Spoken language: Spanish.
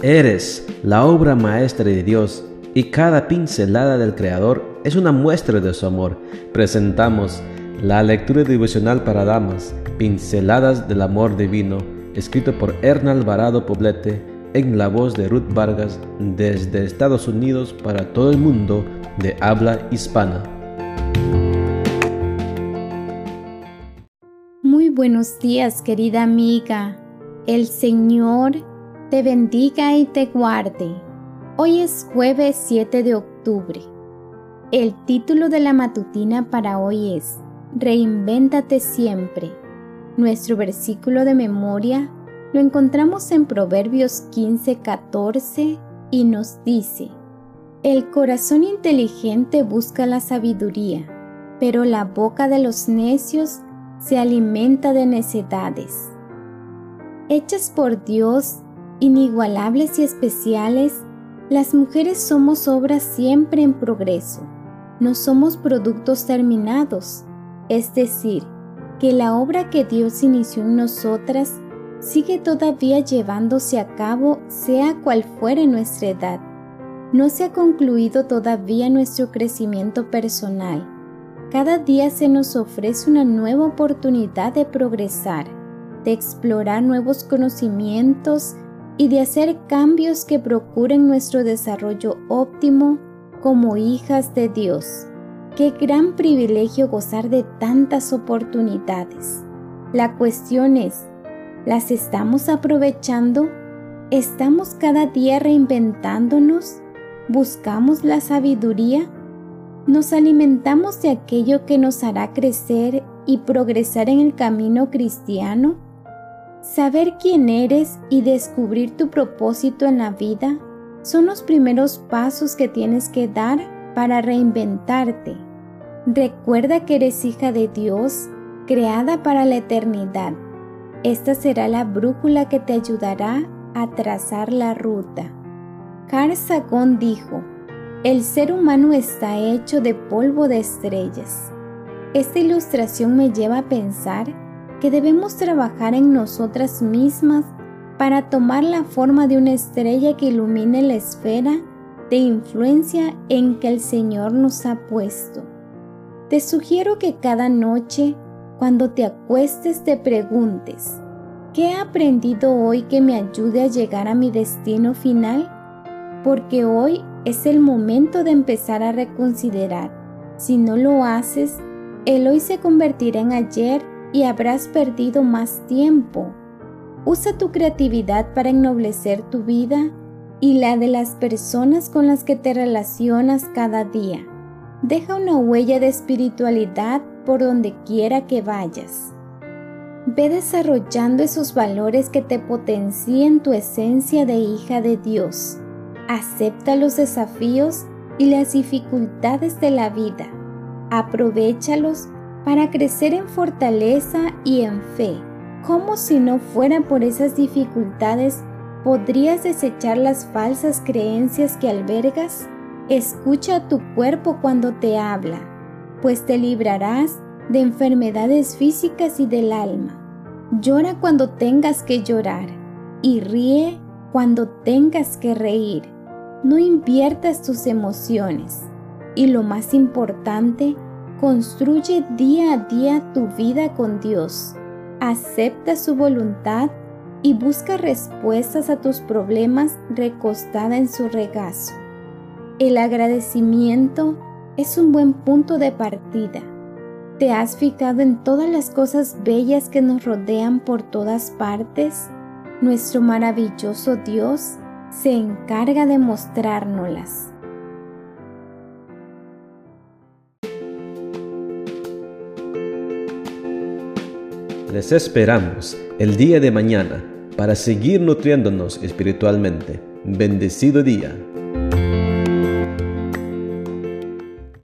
Eres la obra maestra de Dios y cada pincelada del Creador es una muestra de su amor. Presentamos la lectura devocional para damas, Pinceladas del Amor Divino, escrito por Erna Alvarado Poblete, en la voz de Ruth Vargas, desde Estados Unidos para todo el mundo de habla hispana. Muy buenos días, querida amiga. El Señor te bendiga y te guarde. Hoy es jueves 7 de octubre. El título de la matutina para hoy es Reinvéntate siempre. Nuestro versículo de memoria lo encontramos en Proverbios 15:14 y nos dice: El corazón inteligente busca la sabiduría, pero la boca de los necios se alimenta de necedades. Hechas por Dios, inigualables y especiales, las mujeres somos obras siempre en progreso. No somos productos terminados, es decir, que la obra que Dios inició en nosotras sigue todavía llevándose a cabo, sea cual fuere nuestra edad. No se ha concluido todavía nuestro crecimiento personal. Cada día se nos ofrece una nueva oportunidad de progresar, de explorar nuevos conocimientos y de hacer cambios que procuren nuestro desarrollo óptimo como hijas de Dios. Qué gran privilegio gozar de tantas oportunidades. La cuestión es, ¿las estamos aprovechando? ¿Estamos cada día reinventándonos? ¿Buscamos la sabiduría? ¿Nos alimentamos de aquello que nos hará crecer y progresar en el camino cristiano? Saber quién eres y descubrir tu propósito en la vida son los primeros pasos que tienes que dar para reinventarte. Recuerda que eres hija de Dios, creada para la eternidad. Esta será la brújula que te ayudará a trazar la ruta. Carl Sagan dijo: el ser humano está hecho de polvo de estrellas. Esta ilustración me lleva a pensar que debemos trabajar en nosotras mismas para tomar la forma de una estrella que ilumine la esfera de influencia en que el Señor nos ha puesto. Te sugiero que cada noche, cuando te acuestes, te preguntes: ¿qué he aprendido hoy que me ayude a llegar a mi destino final? Porque hoy es el momento de empezar a reconsiderar. Si no lo haces, el hoy se convertirá en ayer y habrás perdido más tiempo. Usa tu creatividad para ennoblecer tu vida y la de las personas con las que te relacionas cada día. Deja una huella de espiritualidad por donde quiera que vayas. Ve desarrollando esos valores que te potencien tu esencia de hija de Dios. Acepta los desafíos y las dificultades de la vida. Aprovéchalos para crecer en fortaleza y en fe. Como si no fuera por esas dificultades, ¿podrías desechar las falsas creencias que albergas? Escucha a tu cuerpo cuando te habla, pues te librarás de enfermedades físicas y del alma. Llora cuando tengas que llorar y ríe cuando tengas que reír. No inviertas tus emociones y, lo más importante, construye día a día tu vida con Dios. Acepta su voluntad y busca respuestas a tus problemas recostada en su regazo. El agradecimiento es un buen punto de partida. ¿Te has fijado en todas las cosas bellas que nos rodean por todas partes? Nuestro maravilloso Dios se encarga de mostrárnoslas. Les esperamos el día de mañana para seguir nutriéndonos espiritualmente. Bendecido día.